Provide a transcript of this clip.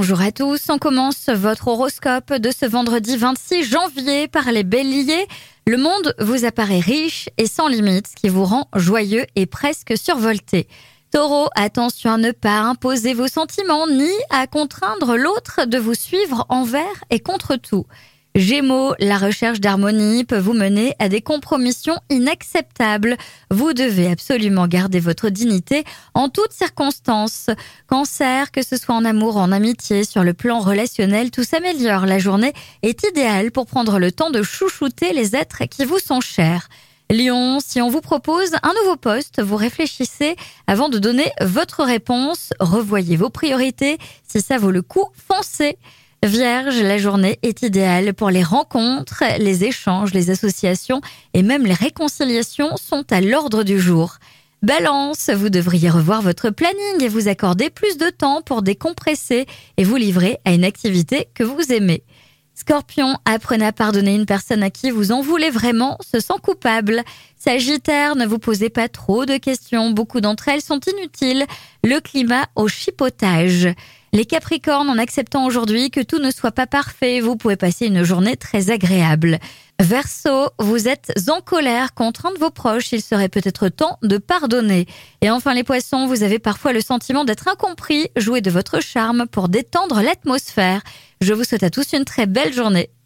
Bonjour à tous, on commence votre horoscope de ce vendredi 26 janvier par les béliers. Le monde vous apparaît riche et sans limite, ce qui vous rend joyeux et presque survolté. Taureau, attention à ne pas imposer vos sentiments ni à contraindre l'autre de vous suivre envers et contre tout. Gémeaux, la recherche d'harmonie peut vous mener à des compromissions inacceptables. Vous devez absolument garder votre dignité en toutes circonstances. Cancer, que ce soit en amour ou en amitié, sur le plan relationnel, tout s'améliore. La journée est idéale pour prendre le temps de chouchouter les êtres qui vous sont chers. Lion, si on vous propose un nouveau poste, vous réfléchissez avant de donner votre réponse. Revoyez vos priorités. Si ça vaut le coup, foncez. Vierge, la journée est idéale pour les rencontres, les échanges, les associations et même les réconciliations sont à l'ordre du jour. Balance, vous devriez revoir votre planning et vous accorder plus de temps pour décompresser et vous livrer à une activité que vous aimez. Scorpion, apprenez à pardonner une personne à qui vous en voulez vraiment, se sent coupable. Sagittaire, ne vous posez pas trop de questions, beaucoup d'entre elles sont inutiles. Le climat au chipotage. Les Capricornes, en acceptant aujourd'hui que tout ne soit pas parfait, vous pouvez passer une journée très agréable. Verseau, vous êtes en colère contre un de vos proches, il serait peut-être temps de pardonner. Et enfin les Poissons, vous avez parfois le sentiment d'être incompris, jouez de votre charme pour détendre l'atmosphère. Je vous souhaite à tous une très belle journée.